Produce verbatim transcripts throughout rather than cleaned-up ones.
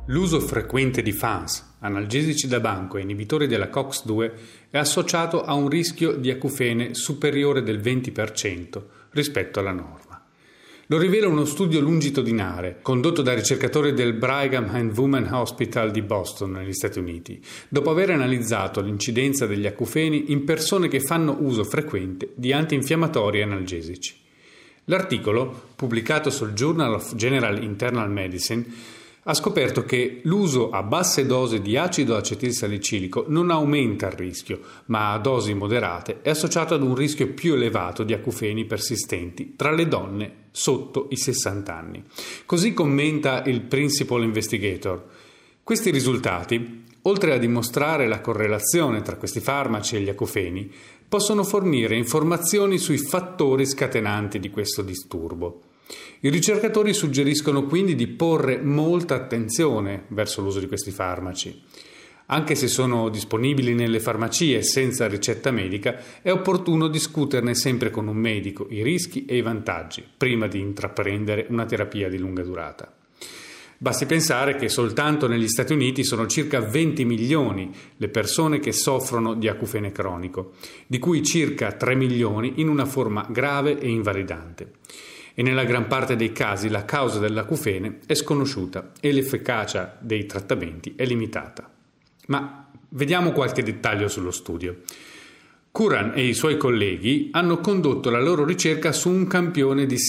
L'uso frequente di F A N S, analgesici da banco e inibitori della C O X due, è associato a un rischio di acufene superiore del venti per cento rispetto alla norma. Lo rivela uno studio longitudinale condotto da ricercatori del Brigham and Women's Hospital di Boston, negli Stati Uniti, dopo aver analizzato l'incidenza degli acufeni in persone che fanno uso frequente di antinfiammatori e analgesici. L'articolo, pubblicato sul Journal of General Internal Medicine, ha scoperto che l'uso a basse dosi di acido acetilsalicilico non aumenta il rischio, ma a dosi moderate è associato ad un rischio più elevato di acufeni persistenti tra le donne sotto i sessanta anni. Così commenta il Principal Investigator. Questi risultati, oltre a dimostrare la correlazione tra questi farmaci e gli acufeni, possono fornire informazioni sui fattori scatenanti di questo disturbo. I ricercatori suggeriscono quindi di porre molta attenzione verso l'uso di questi farmaci. Anche se sono disponibili nelle farmacie senza ricetta medica, è opportuno discuterne sempre con un medico i rischi e i vantaggi prima di intraprendere una terapia di lunga durata. Basti pensare che soltanto negli Stati Uniti sono circa venti milioni le persone che soffrono di acufene cronico, di cui circa tre milioni in una forma grave e invalidante. E nella gran parte dei casi la causa dell'acufene è sconosciuta e l'efficacia dei trattamenti è limitata. Ma vediamo qualche dettaglio sullo studio. Curran e i suoi colleghi hanno condotto la loro ricerca su un campione di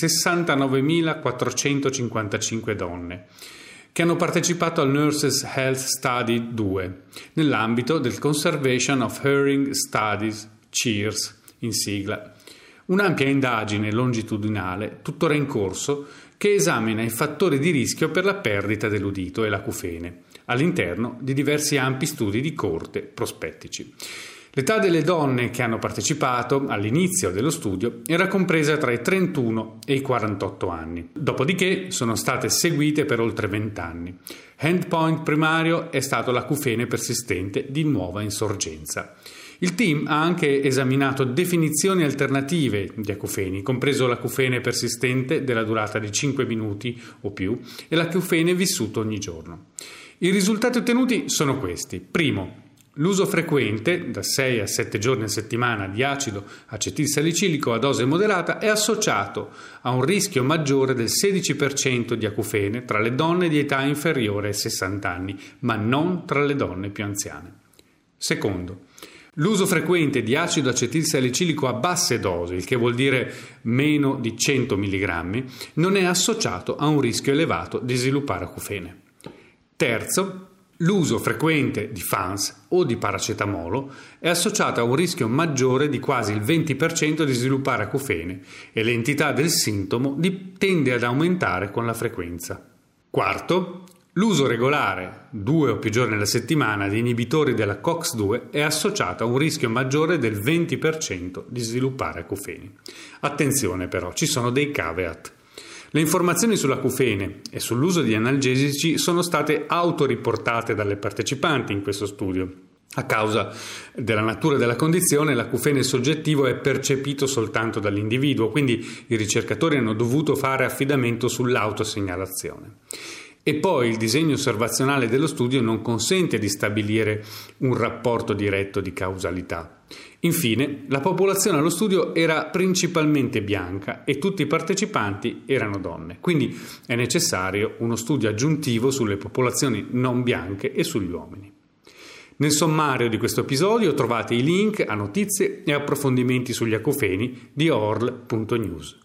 sessantanovemilaquattrocentocinquantacinque donne che hanno partecipato al Nurses Health Study due nell'ambito del Conservation of Hearing Studies, C E A R S in sigla. Un'ampia indagine longitudinale, tuttora in corso, che esamina i fattori di rischio per la perdita dell'udito e l'acufene, all'interno di diversi ampi studi di coorte prospettici. L'età delle donne che hanno partecipato all'inizio dello studio era compresa tra i trentuno e i quarantotto anni. Dopodiché sono state seguite per oltre venti anni. Endpoint primario è stato l'acufene persistente di nuova insorgenza. Il team ha anche esaminato definizioni alternative di acufeni, compreso l'acufene persistente della durata di cinque minuti o più e l'acufene vissuto ogni giorno. I risultati ottenuti sono questi. Primo, l'uso frequente, da sei a sette giorni a settimana, di acido acetilsalicilico a dose moderata è associato a un rischio maggiore del sedici per cento di acufene tra le donne di età inferiore ai sessanta anni, ma non tra le donne più anziane. Secondo, l'uso frequente di acido acetilsalicilico a basse dosi, il che vuol dire meno di cento milligrammi, non è associato a un rischio elevato di sviluppare acufene. Terzo, l'uso frequente di F A N S o di paracetamolo è associato a un rischio maggiore di quasi il venti per cento di sviluppare acufene e l'entità del sintomo tende ad aumentare con la frequenza. Quarto, l'uso regolare, due o più giorni alla settimana, di inibitori della C O X due è associato a un rischio maggiore del venti per cento di sviluppare acufeni. Attenzione però, ci sono dei caveat. Le informazioni sull'acufene e sull'uso di analgesici sono state autoriportate dalle partecipanti in questo studio. A causa della natura della condizione, l'acufene soggettivo è percepito soltanto dall'individuo, quindi i ricercatori hanno dovuto fare affidamento sull'autosegnalazione. E poi il disegno osservazionale dello studio non consente di stabilire un rapporto diretto di causalità. Infine, la popolazione allo studio era principalmente bianca e tutti i partecipanti erano donne, quindi è necessario uno studio aggiuntivo sulle popolazioni non bianche e sugli uomini. Nel sommario di questo episodio trovate i link a notizie e approfondimenti sugli acufeni di O R L punto news.